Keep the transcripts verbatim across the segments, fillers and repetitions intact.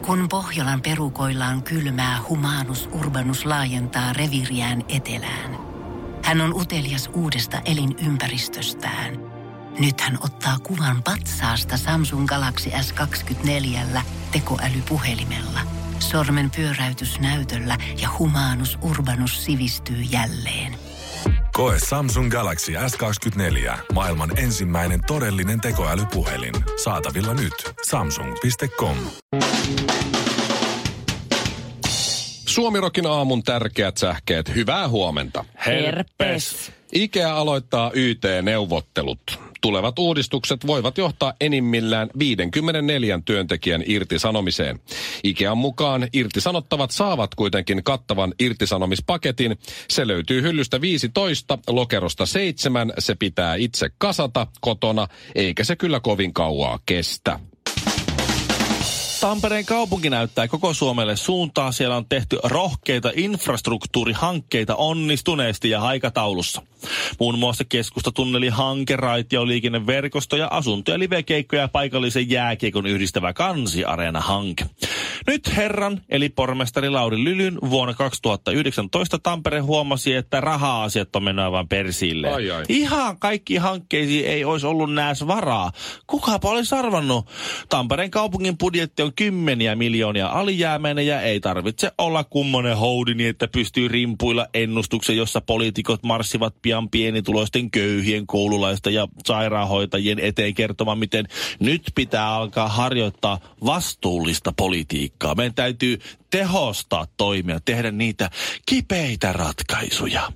Kun Pohjolan perukoillaan kylmää, Humanus Urbanus laajentaa reviiriään etelään. Hän on utelias uudesta elinympäristöstään. Nyt hän ottaa kuvan patsaasta Samsung Galaxy S kaksikymmentäneljä tekoälypuhelimella. Sormen pyöräytys näytöllä ja Humanus Urbanus sivistyy jälleen. Koe Samsung Galaxy S kaksikymmentäneljä. Maailman ensimmäinen todellinen tekoälypuhelin. Saatavilla nyt. samsung piste com. Suomirokin aamun tärkeät sähkeet. Hyvää huomenta. Herpes. IKEA aloittaa Y T-neuvottelut. Tulevat uudistukset voivat johtaa enimmillään viisikymmentäneljä työntekijän irtisanomiseen. IKEAn mukaan irtisanottavat saavat kuitenkin kattavan irtisanomispaketin. Se löytyy hyllystä viisitoista, lokerosta seitsemän. Se pitää itse kasata kotona, eikä se kyllä kovin kauaa kestä. Tampereen kaupunki näyttää koko Suomelle suuntaa. Siellä on tehty rohkeita infrastruktuurihankkeita onnistuneesti ja aikataulussa. Muun muassa keskustatunnelihanke, raitioliikenneverkosto ja asunto- ja livekeikkoja ja paikallisen jääkiekon yhdistävä Kansi-areena-hanke. Nyt herran, eli pormestari Lauri Lylyn vuonna kaksituhattayhdeksäntoista Tampere huomasi, että raha-asiat on mennyt aivan persilleen. Ai ai. Ihan kaikki hankkeisiin ei olisi ollut nääs varaa. Kukapa olisi arvannut? Tampereen kaupungin budjetti on kymmeniä miljoonia alijäämäinen ja ei tarvitse olla kummonen houdi niin, että pystyy rimpuilla ennustuksen, jossa poliitikot marssivat pian pienituloisten köyhien koululaisten ja sairaanhoitajien eteen kertomaan, miten nyt pitää alkaa harjoittaa vastuullista politiikkaa. Meidän täytyy tehostaa toimia, tehdä niitä kipeitä ratkaisuja.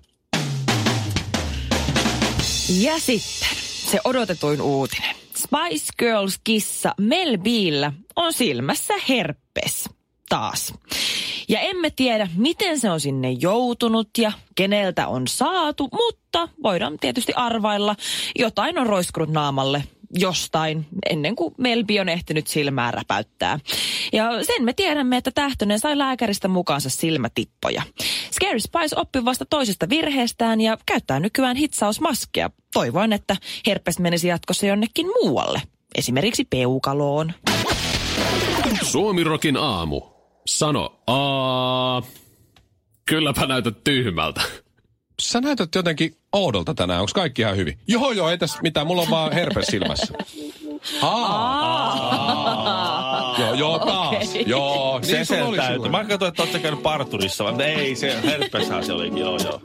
Ja sitten se odotetuin uutinen. Spice Girls-kissa Mel B:llä on silmässä herpes. Taas. Ja emme tiedä, miten se on sinne joutunut ja keneltä on saatu, mutta voidaan tietysti arvailla, jotain on roiskunut naamalle jostain ennen kuin Mel B on ehtinyt silmää räpäyttää. Ja sen me tiedämme, että Tähtönen sai lääkäristä mukaansa silmätippoja. Scary Spice oppi vasta toisesta virheestään ja käyttää nykyään hitsausmaskeja. Toivoin, että herpes menisi jatkossa jonnekin muualle, esimerkiksi peukaloon. Suomirokin aamu. Sano aa. Kylläpä näytät tyhmältä. Sä näytät jotenkin oudolta tänään. Onko kaikki ihan hyvin? Joo, joo, ei tässä mitään. Mulla on vaan herpes silmässä. Aa. Joo, joo, taas. Joo, Se niin sen sulla oli täytyy. silloin. Mä katsoin, että ootte käynyt parturissa, vaan ei, se herpeshän se olikin, joo joo.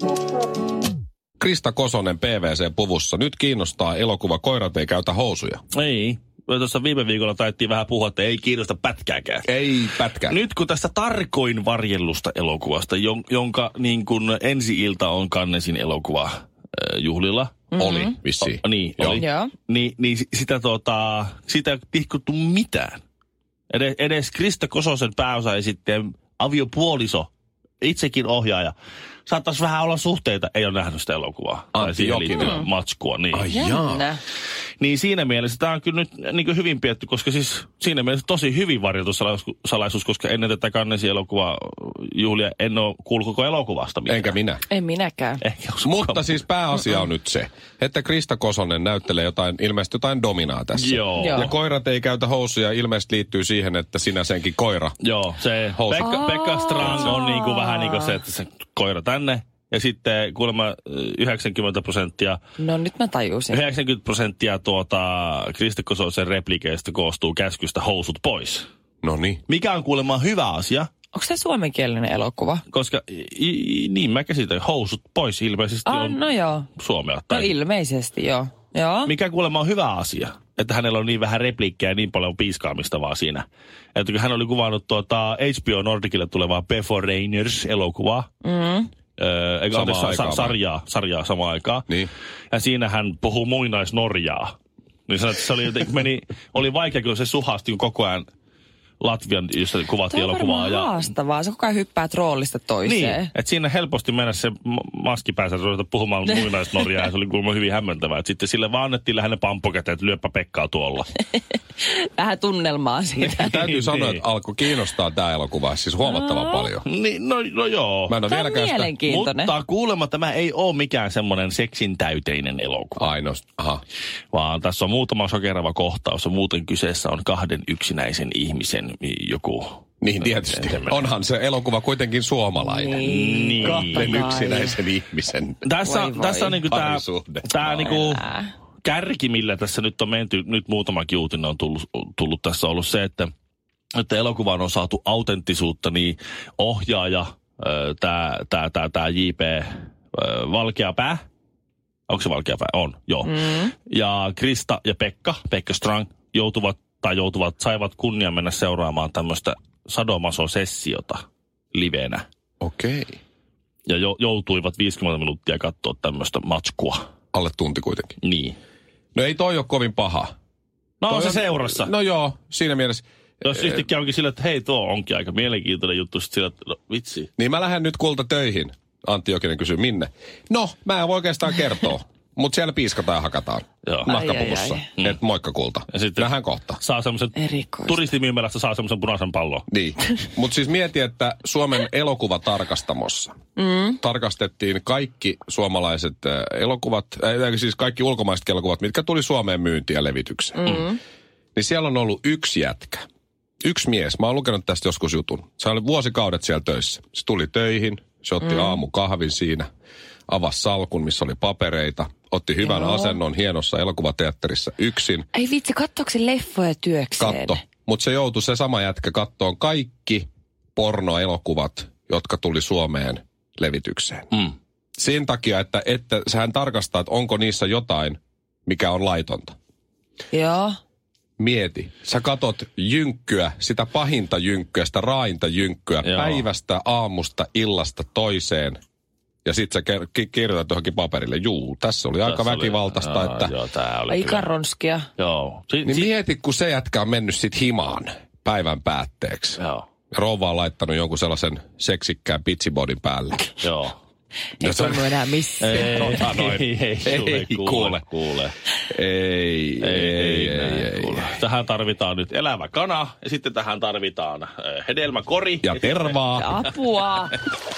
Krista Kosonen P V C-puvussa. Nyt kiinnostaa elokuva Koirat ei käytä housuja. Ei. Tuossa viime viikolla taittiin vähän puhua, että ei kiinnosta pätkääkään. Ei pätkää. Nyt kun tästä tarkoin varjellusta elokuvasta, jonka niin kuin ensi-ilta on Cannesin elokuva äh, juhlilla. Mm-hmm. Oli vissiin. O, niin, Joo. oli. Joo. Niin, niin sitä, tota, sitä ei tihkuttu mitään. Edes, edes Krista Kososen pääosaesittäjän aviopuoliso, itsekin ohjaaja, saattaisi vähän olla suhteita, ei ole nähnyt sitä elokuvaa. Antti Jokinen. Mm. Matskua, niin. Ai jaa. Jännä. Niin siinä mielessä tämä on kyllä nyt niin kuin hyvin pietty, koska siis siinä mielessä tosi hyvin varjeltu salaisuus, salaisuus koska ennen tätä Cannesin elokuvaa juhlia en ole kuullut koko elokuvasta mitään. Enkä minä. En minäkään. Ehkä Mutta siis pääasia on nyt se, että Krista Kosonen näyttelee jotain, ilmeisesti jotain dominaa tässä. Joo. Joo. Ja Koirat ei käytä housuja ilmeisesti liittyy siihen, että sinä senkin koira. Joo, se Housu. Pekka, Pekka Strand on niin kuin vähän niin kuin se, että se koira tänne. Ja sitten kuulemma yhdeksänkymmentä prosenttia, No nyt mä tajusin. yhdeksänkymmentä prosenttia tuota Krista Kososen replikeistä koostuu käskystä housut pois. No niin. Mikä on kuulemma hyvä asia, Onko se suomenkielinen elokuva? koska i, i, niin mä käsitän, housut pois ilmeisesti Ah, on no joo. suomea. No Tai ilmeisesti, joo. Joo. mikä kuulemma on hyvä asia, että hänellä on niin vähän repliikkejä ja niin paljon piiskaamista vaan siinä. Että kun hän oli kuvannut tuota H B O Nordicille tulevaa Before Rainers-elokuvaa, Mm. Öö, eikä, Samaan anteeksi, aikaan sa- vai? sarjaa, sarjaa samaan aikaan. Niin. Ja siinä hän puhuu muinaisnorjaa. Niin sanoi, että se oli, jotenkin- meni, oli vaikea, kun se suhasti koko ajan Latvian, jossa kuvattiin Tuo on elokuvaa. varmaan Ja, haastavaa. Se koko ajan hyppää roolista toiseen. niin, että siinä helposti mennä se ma- maski päässä ruveta puhumaan muinaisnorjaa ja se oli kuulemma hyvin hämmentävää. Et sitten sille vaan annettiin lähinnä pampokäteen, että lyöppä Pekkaa tuolla. Vähän tunnelmaa siitä. Täytyy Niin, sanoa, niin. että alkoi kiinnostaa tämä elokuva siis huomattavan paljon. Niin, no, no joo. Mä en ole Tämä on vieläkään sitä... mielenkiintoinen. Mutta kuulemma tämä ei ole mikään semmoinen seksin täyteinen elokuva. Ainoastaan. Aha. Vaan tässä on muutama sokerava kohtaus ja muuten kyseessä on kahden yksinäisen ihmisen joku Niin tietysti. Onhan se elokuva kuitenkin suomalainen. Niin. Kahden yksinäisen ihmisen. Tässä, Voi voi. tässä on niinku tää, Parisuhde. tää niinku Älä. kärki, millä tässä nyt on menty, nyt muutamakin uutinen on tullut, tullut tässä ollut se, että, että elokuvaan on saatu autenttisuutta, niin ohjaaja, tää, tää, tää, tää J P Valkeapää, onko se Valkeapää? On, joo. Mm. Ja Krista ja Pekka, Pekka Strang, joutuvat tai joutuvat, saivat kunnian mennä seuraamaan tämmöistä sadomaso-sessiota livenä. Okei. Okay. Ja jo, joutuivat viisikymmentä minuuttia katsoa tämmöistä matskua. Alle tunti kuitenkin. Niin. No ei toi ole kovin paha. No Toi on se on- seurassa. No joo, siinä mielessä. Jos yhtäkkiä onkin sillä, että hei, tuo onkin aika mielenkiintoinen juttu, sitten sillä, että no, vitsi. Niin mä lähden nyt kulta töihin. Antti Jokinen kysyy, minne? No, mä en voi oikeastaan kertoa. Mutta siellä piiskataan ja hakataan. Joo. Nahkapuvussa. Ai, ai, Et moikka kulta. Ja sitten- Nähdään kohta. Saa semmoisen, Erikoista. turistimyymälästä saa semmoisen punaisen pallon. Niin. Mutta siis mieti, että Suomen elokuvatarkastamossa mm. tarkastettiin kaikki suomalaiset äh, elokuvat, äh, siis kaikki ulkomaiset elokuvat, mitkä tuli Suomeen myyntiin ja levitykseen. Mm. Niin siellä on ollut yksi jätkä. Yksi mies. Mä oon lukenut tästä joskus jutun. Se oli vuosikaudet siellä töissä. Se tuli töihin, se otti mm. aamukahvin siinä, avasi salkun, missä oli papereita, otti hyvän Joo. asennon hienossa elokuvateatterissa yksin. Ei vitsi, katsoako se leffoja työkseen? Katto. Mutta se joutui se sama jätkä kattoon kaikki pornoelokuvat, jotka tuli Suomeen levitykseen. Mm. Siinä takia, että, että sehän tarkastaa, että onko niissä jotain, mikä on laitonta. Joo. Mieti, sä katot jynkkyä, sitä pahinta jynkkyä, sitä raainta jynkkyä, Joo. päivästä, aamusta, illasta toiseen. Ja sit sä ker- ki- kirjoitat johonkin paperille, juu, tässä oli aika Tässä oli- väkivaltaista, joo, että... Joo, tää oli Aika kyllä. ronskia. Joo. Si- Niin si- mieti, kun se jätkä on mennyt sit himaan päivän päätteeksi. Joo. Rouva on laittanut jonkun sellaisen seksikkään pitsibodin päälle. Joo. Ei voinut enää missään. Ei, Ota noin. ei, ei, Ei, kuule, kuule. kuule. Ei, Ei, ei, ei, ei, ei. kuule. Tähän tarvitaan nyt elävä kana ja sitten tähän tarvitaan äh, hedelmäkori. Ja tervaa. Apua.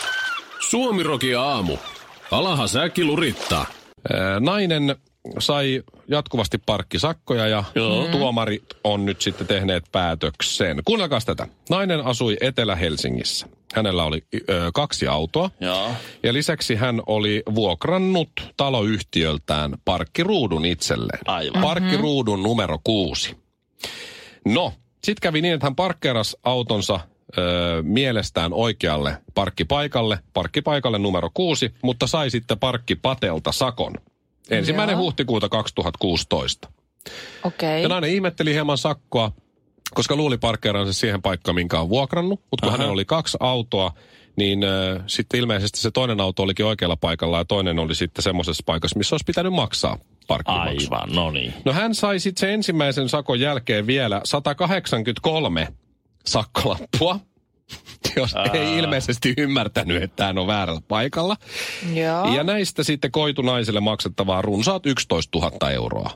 Suomiroki aamu. Alaha säkki lurittaa. Ää, Nainen sai jatkuvasti parkkisakkoja ja Joo. tuomarit on nyt sitten tehneet päätöksen. Kuunnelkaas tätä. Nainen asui Etelä-Helsingissä. Hänellä oli ö, kaksi autoa. Joo. Ja lisäksi hän oli vuokrannut taloyhtiöltään parkkiruudun itselleen. Aivan. Parkkiruudun numero kuusi. No, sitten kävi niin, että hän parkkeerasi autonsa ö, mielestään oikealle parkkipaikalle, parkkipaikalle numero kuusi, mutta sai sitten parkkipatelta sakon. Ensimmäinen Joo. huhtikuuta kaksituhattakuusitoista. Okei. Ja nainen ihmetteli hieman sakkoa, koska luuli parkkeeransa siihen paikkaan, minkä on vuokrannut. Mutta kun Aha. hänellä oli kaksi autoa, niin äh, sitten ilmeisesti se toinen auto olikin oikealla paikalla ja toinen oli sitten semmoisessa paikassa, missä olisi pitänyt maksaa parkkimaksu. Aivan, no niin. No hän sai sitten sen ensimmäisen sakon jälkeen vielä sata kahdeksankymmentäkolme sakkolappua, jos Aa. ei ilmeisesti ymmärtänyt, että hän on väärällä paikalla. Joo. Ja näistä sitten koitu naiselle maksettavaa runsaat yksitoistatuhatta euroa.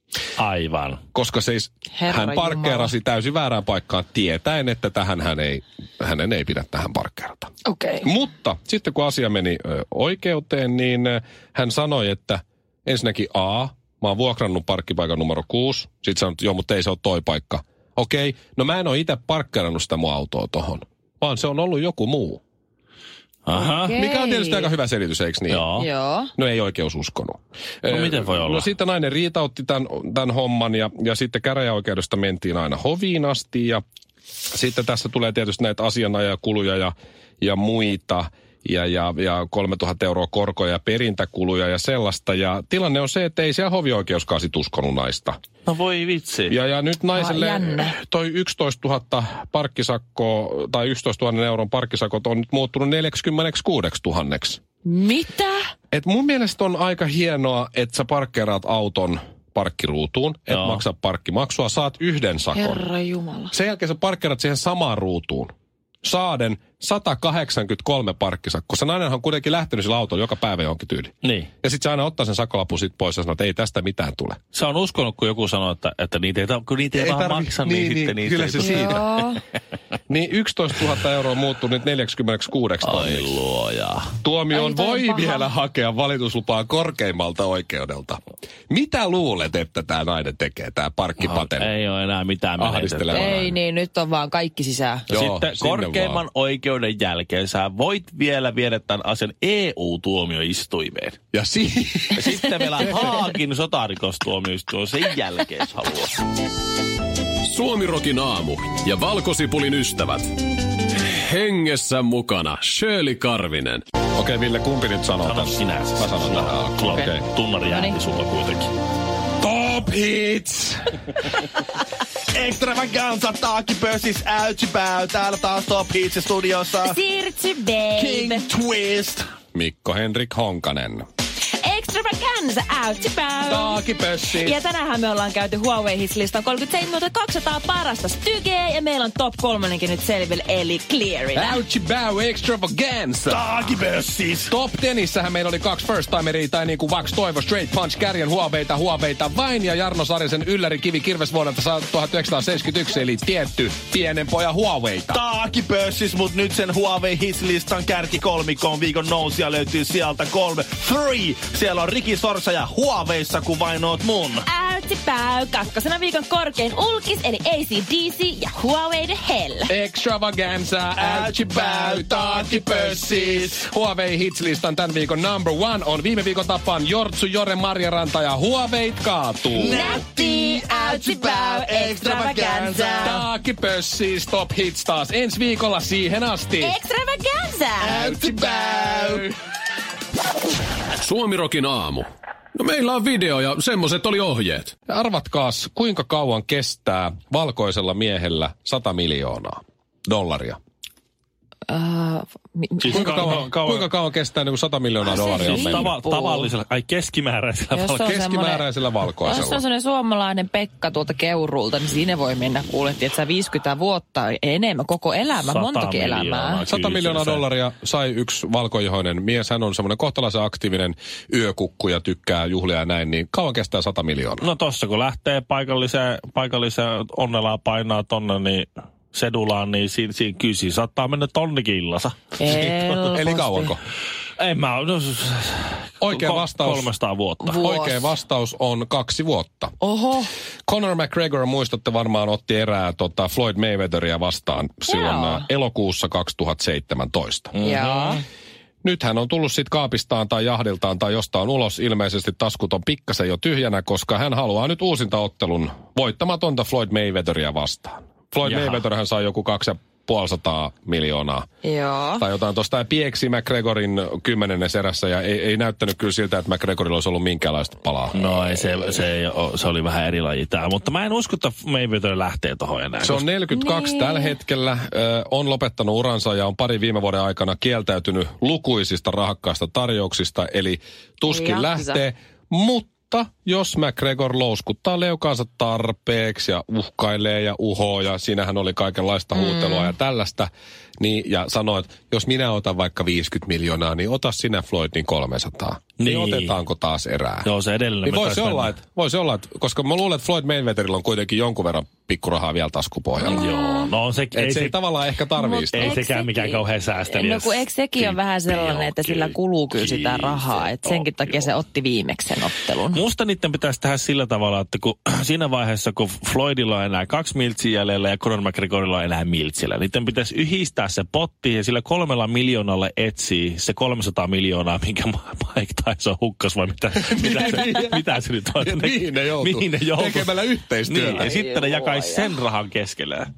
Aivan. Koska siis Herra hän parkkeerasi täysin väärään paikkaan tietäen, että tähän hän ei, hänen ei pidä tähän parkkeerata. Okei. Mutta sitten kun asia meni ö, oikeuteen, niin ö, hän sanoi, että ensinnäkin A, mä oon vuokrannut parkkipaikan numero kuusi. Sitten sanoi, että joo, mutta ei se ole toi paikka. Okei, no mä en ole itse parkkeerannut sitä mun autoa tohon, vaan se on ollut joku muu. Aha. Okei. Mikä on tietysti aika hyvä selitys, eikö niin? Joo. Joo. No ei oikeus uskonut. No Eh, miten voi olla? No sitten nainen riitautti tämän, tämän homman ja, ja sitten käräjäoikeudesta mentiin aina hoviin asti ja sitten tässä tulee tietysti näitä asianajakuluja ja, ja muita ja, ja, ja kolmetuhatta euroa korkoja ja perintäkuluja ja sellaista. Ja tilanne on se, että ei siellä hovioikeuskaan sit uskonut naista. No voi vitsi. Ja, ja nyt naiselle Ah, jännä. toi yksitoistatuhatta parkkisakkoa tai yksitoistatuhatta euron parkkisakot on nyt muuttunut neljäkymmentäkuusi tuhatta. Mitä? Et mun mielestä on aika hienoa, että sä parkkeeraat auton parkkiruutuun, et Joo. maksa parkkimaksua, saat yhden sakon. Herra Jumala. Sen jälkeen sä parkkeerat siihen samaan ruutuun. Saaden sata kahdeksankymmentäkolme parkkisakkoa. Se nainenhan on kuitenkin lähtenyt sillä autolla joka päivä johonkin tyyliin. Niin. Ja sit se aina ottaa sen sakkolapun sit pois ja sanoo, että ei tästä mitään tule. Se on uskonut, kun joku sanoo, että, että niitä ei, kun niitä ei, Ei vaan tarvi- maksa, niin, niin, niin, sitten niitä kyllä ei se tule. siitä. Joo. Niin yksitoistatuhatta euroa muuttuu nyt neljäkymmentäkuusi tonniksi. Ai luoja. Tuomioon Ai, toi voi on paha. vielä hakea valituslupaa korkeimmalta oikeudelta. Mitä luulet, että tämä nainen tekee, tämä parkkipaten? No, ei ole enää mitään Ahdisteleva. menetettä. Ei niin, nyt on vaan kaikki sisään. Ja Joo, sitten sinne korkeimman vaan. oikeuden jälkeen sä voit vielä viedä tämän asian E U-tuomioistuimeen. Ja si- Ja sitten vielä Haagin sotarikostuomioistuin sen jälkeen, jos haluaa. Suomirokin aamu ja Valkosipulin ystävät. Hengessä mukana Shirley Karvinen. Okei, Ville, kumpi nyt sanoo Sano tämän? sinä. Mä sanon tähän alkuun. Okei. Okei. Tunnari ääni Noniin. sulla kuitenkin. Top hits! Extravaganza, taakipössis, äytsipää. Täällä taas Top Hits studiossa. Sirtsy babe. Twist. Mikko Henrik Honkanen. Extravaganza, outsipäin. Taakipössi. Ja tänään me ollaan käyty Huawei Hits-listan kolmekymmentäseitsemän kaksisataa parasta stygeä ja meillä on top kolmonenkin nyt selville, eli clearina. Ouchi bow extravaganza. Taakipössis. Top tenissähän meillä oli kaksi first timeria, tai niin kuin Vax Toivo, Straight Punch, Kärjen Huaweita, Huaweita vain, ja Jarno Sarisen Ylläri Kivi Kirves vuodelta tuhatyhdeksänsataaseitsemänkymmentäyksi, eli tietty pienen pojan Huaweita. Taakipössis, mut nyt sen Huawei Hits-listan kärkikolmikon viikon nousia löytyy sieltä kolme. Three. Siellä on Riki Sorsa ja Huaweissa, kun vain oot mun. Outsipäin. Kakkosena viikon korkein ulkis, eli A C D C ja Huawei The Hell. Extravaganza, ouchi bow, taakipössis. Huawei Hits-listan tämän viikon number one on viime viikon tapaan Jortsu, Jore, Marjaranta ja Huawei kaatuu. Nätti, outsipäin, extravaganza. Taakipössis, Top Hits taas ensi viikolla siihen asti. Extravaganza. Ouchi bow. Suomirokin aamu. No meillä on video ja semmoset oli ohjeet. Ja arvatkaas, kuinka kauan kestää valkoisella miehellä sata miljoonaa dollaria? Uh, mi- Siis Kuinka ka- kauan, kauan- kuinka kauan kestää, niin kun sata miljoonaa Ah, se dollaria on riippuu. mennyt? Tava- tavallisella, ai keskimääräisellä Jos valkoisella. on Keskimääräisellä Jos on valkoisella. sellainen suomalainen Pekka tuolta Keurulta, niin siinä voi mennä kuulettiin, että sä viisikymmentä vuotta enemmän, koko elämä, Sata montakin miljoonaa. elämää. sata Kyllä miljoonaa se- dollaria sai yksi valkoihoinen mies. Hän on semmoinen kohtalaisen aktiivinen yökukku ja tykkää juhlia ja näin. Niin kauan kestää sata miljoonaa? No tossa kun lähtee paikalliseen, paikalliseen onnellaan painaa tonne, niin sedulaan, niin siinä, siinä kyllä siinä saattaa mennä tonnikin illassa. Helposti. Eli kauanko? En mä, no, Oikea ko- vastaus. kolmesataa vuotta. Vuosi. Oikea vastaus on kaksi vuotta. Oho. Conor McGregor, muistatte varmaan, otti erää tota Floyd Mayweatheria vastaan silloin Joo. ä, elokuussa kaksituhattaseitsemäntoista. Mm. Joo. Nyt hän on tullut sitten kaapistaan tai jahdiltaan tai jostain ulos. Ilmeisesti taskut on pikkasen jo tyhjänä, koska hän haluaa nyt uusintaottelun voittamatonta Floyd Mayweatheria vastaan. Floyd Jaha. Mayweather hän sai joku kaksi ja puolisataa miljoonaa. Joo. Tai jotain tuosta. Ja pieksi McGregorin kymmenennen erässä ja ei, ei näyttänyt kyllä siltä, että McGregorilla olisi ollut minkäänlaista palaa. No ei, se, se, ei oo, se oli vähän eri laji tää, mutta mä en usko, että Mayweather lähtee tohon enää. Se on neljäkymmentäkaksi Niin. tällä hetkellä, ö, on lopettanut uransa ja on pari viime vuoden aikana kieltäytynyt lukuisista rahakkaista tarjouksista, eli tuskin Jaksa. lähtee, mutta jos McGregor louskuttaa leukaansa tarpeeksi ja uhkailee ja uhoo ja siinähän oli kaikenlaista huutelua mm. ja tällaista, niin, ja sanoo, että jos minä otan vaikka viisikymmentä miljoonaa, niin ota sinä Floyd niin kolmesataa. Niin, Niin. otetaanko taas erää? Joo, se edellinen. Niin me voisi taisi olla, mennä. että, voisi olla, että, koska mä luulen, että Floyd Mayweatherilla on kuitenkin jonkun verran pikkurahaa vielä taskupohjalla. Joo, no on se, Et ei se se, ei tavallaan ehkä tarvii sitä. ei Eikö sekään sekin- mikään kauhean säästeliäs. No kun eikö sekin on vähän sellainen, että sillä kuluu kyllä sitä Kyllä rahaa, se että senkin on, takia se joo. otti viimeksi sen ottelun. Musta niiden pitäisi tehdä sillä tavalla, että kun siinä vaiheessa, kun Floydilla on enää kaksi miltsiä jäljellä ja Conor McGregorilla on enää miltsillä, niiden pitäisi yhdistää se potti ja sillä kolmella miljoonalla etsii se kolmesataa miljoonaa, minkä Mike Tyson hukkas vai mitä, mitä, se, mitä se nyt on. Ja mihin ne joutuu? Mihin ne joutuu? Tekemällä yhteistyötä. Niin, ja sitten ne jakaisi sen rahan keskelleen.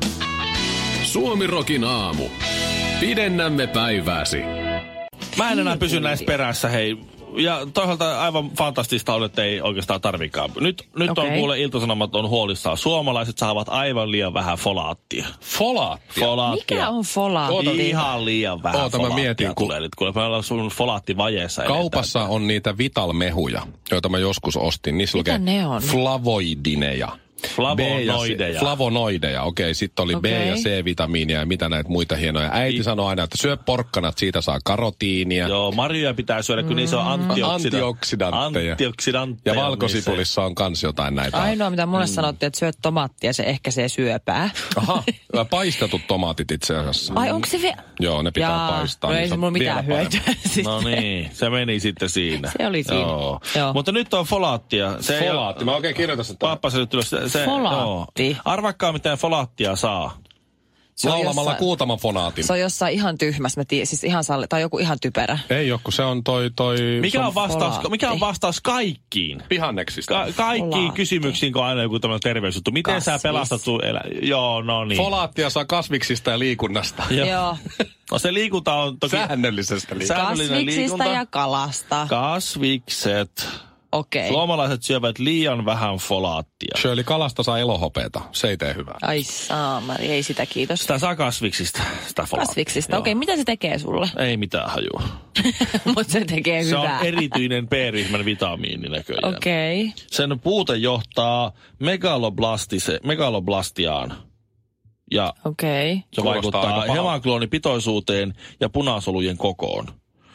Suomirokin aamu. Pidennämme päivääsi. Mä en enää pysy näissä perässä, hei. Ja toisaalta aivan fantastista on, että ei oikeastaan tarvikaan. Nyt, nyt okay. on Okei. kuule Ilta-Sanomat on huolissaan. Suomalaiset saavat aivan liian vähän folaattia. Folaattia. Folaattia. Mikä on folaatti? Oota, Ihan liian vähän Oota, mä folaattia mietin, kun- tulee nyt. Kuule, me ollaan sun folaattivajeessa. Kaupassa on niitä Vital-mehuja, joita mä joskus ostin. Niissä Mitä lukee ne on? flavoidineja. Flavonoideja. Flavonoideja, okei. Sitten oli Okei. B- ja C-vitamiinia ja mitä näitä muita hienoja. Äiti sanoi aina, että syö porkkanat, siitä saa karotiinia. Joo, marjoja pitää syödä, kun niissä on antioksida- Antioksidantteja. antioksidantteja. Ja valkosipulissa on kans jotain näitä. Ainoa, mitä mulle mm. sanottiin, että syöt tomaattia, se ehkäisee syöpää. Aha, paistetut tomaatit itse asiassa. Ai, onko se vielä? Joo, ne pitää Jaa, paistaa. no niin ei se se on mulla mitään vielä hyötyä. No niin, se meni sitten siinä. Se oli siinä. Joo. Joo. Mutta nyt on folaattia. Se ei Folaatti, ole- mä oikein kirjoitan sitä. Pappa se nyt ylös. Se, se, Folaatti. joo. Arvakkaa, miten folaattia saa. Se on Laulamalla jossain- kuutaman fonaatin. Se on jossain ihan tyhmässä, mä tiedän, siis ihan salli, tai joku ihan typerä. Ei ole, kun se on toi... toi Mikä se on, vastaus, folaatti. mikä on vastaus kaikkiin? Vihanneksista. Ka- kaikkiin Folaatti. kysymyksiin, kun on aina joku tämmöinen terveysjuttu. Miten sä Kasvis. pelastat sun elä... Joo, no niin. Folaattia saa kasviksista ja liikunnasta. Joo. Joo. No se liikunta on toki... Säännöllisestä liikunnasta. Säännöllinen Kasviksista liikunta. ja kalasta. Kasvikset. Okei. Suomalaiset syövät liian vähän folaattia. Shirley, kalasta saa elohopeeta. Se ei tee hyvää. Ai saamari, ei sitä kiitos. Sitä saa kasviksista, sitä folaattia. Kasviksista, okei, mitä se tekee sulle? Ei mitään hajua. Mutta se tekee Se on hyvää. erityinen B-ryhmän vitamiini näköjään. Okei. Okay. Sen puute johtaa megaloblastise, megaloblastiaan. Ja Okei. Okay. se Kuulostaa vaikuttaa aika pahalta. hemoglobinipitoisuuteen ja punasolujen kokoon.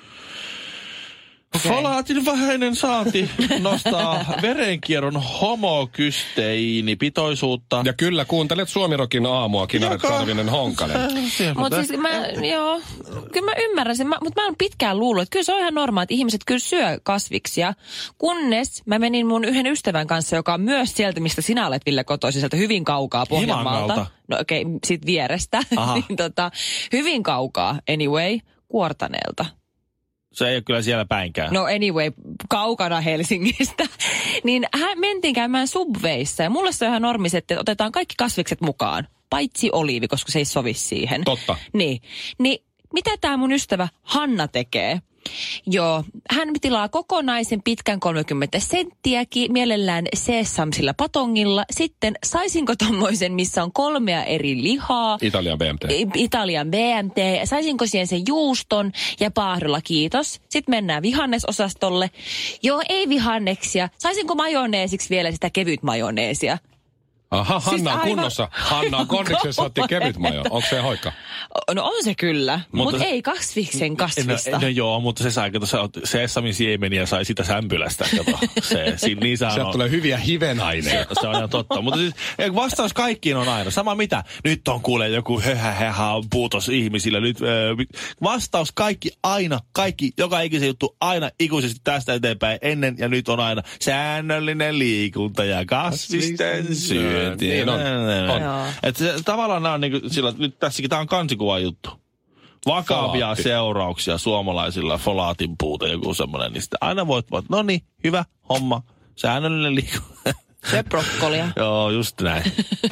Okei. Folaatin vähäinen saanti nostaa verenkierron homokysteiinipitoisuutta. Ja kyllä, kuuntelet Suomirokin aamua, Kinaret Joka- Karvinen Honkanen. Mutta siis mä, joo, kyllä mä ymmärrän sen, mutta mä oon pitkään luullut, että kyllä se on ihan normaali, että ihmiset kyllä syö kasviksia, kunnes mä menin mun yhden ystävän kanssa, joka on myös sieltä, mistä sinä olet, Ville, kotoisin, sieltä hyvin kaukaa Pohjanmaalta. Himangalta. No okei, okay, sit vierestä, niin tota, hyvin kaukaa, anyway, Kuortaneelta. Se ei ole kyllä siellä päinkään. No anyway, kaukana Helsingistä. Niin hän mentiin käymään Subwayssa ja mulle se on ihan normis, että otetaan kaikki kasvikset mukaan. Paitsi oliivi, koska se ei sovi siihen. Totta. Niin. Niin mitä tämä mun ystävä Hanna tekee? Joo, hän tilaa kokonaisen pitkän kolmekymmentä senttiäkin, mielellään seesamsilla patongilla. Sitten saisinko tommoisen, missä on kolmea eri lihaa? Italian B M T. Italian B M T. Saisinko siihen sen juuston ja paahdolla, kiitos. Sitten mennään vihannesosastolle. Joo, ei vihanneksia. Saisinko majoneesiksi vielä sitä kevyt majoneesia? Aha, Siis Hanna on aivan- kunnossa. Hanna on kondiksessa, otti kevyt majo. Onko se hoikka? No on se kyllä, mutta Mutta- Mut ei kasviksen kasvista. No, no joo, mutta se sai, kato, sä oot seessamin siemeniä sai sitä sämpylästä, kato. Se, si, niin Sieltä on. tulee hyviä hivenaineita. Se on ihan totta. Mutta siis ei, vastaus kaikkiin on aina. Sama mitä. Nyt on kuule joku höhähähä puutos ihmisillä. Nyt, öö, vastaus kaikki aina. Kaikki, joka ikisen juttu aina ikuisesti tästä eteenpäin. Ennen ja nyt on aina säännöllinen liikunta ja kasvisten syönti. Niin on. On. Joo. Että se, tavallaan nämä on niin kuin, sillä, nyt tässäkin tämä on kansikuva juttu. Vakavia Folaatti. seurauksia suomalaisilla folaatin puute, joku semmoinen. Niin sitten aina voit vaan, no niin, hyvä homma, säännöllinen liikunta. Se brokkolia. Joo, just näin.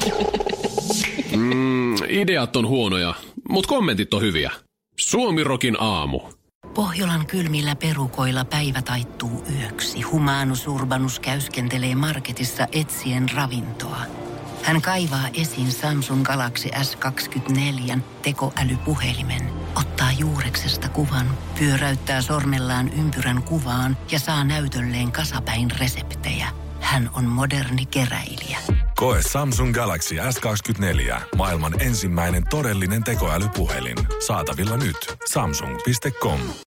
Mm, ideat on huonoja, mutta kommentit on hyviä. Suomirokin aamu. Pohjolan kylmillä perukoilla päivä taittuu yöksi. Humanus Urbanus käyskentelee marketissa etsien ravintoa. Hän kaivaa esiin Samsung Galaxy S kaksikymmentäneljä tekoälypuhelimen, ottaa juureksesta kuvan, pyöräyttää sormellaan ympyrän kuvaan ja saa näytölleen kasapäin reseptejä. Hän on moderni keräilijä. Koe Samsung Galaxy S kaksikymmentäneljä. Maailman ensimmäinen todellinen tekoälypuhelin. Saatavilla nyt. Samsung piste com.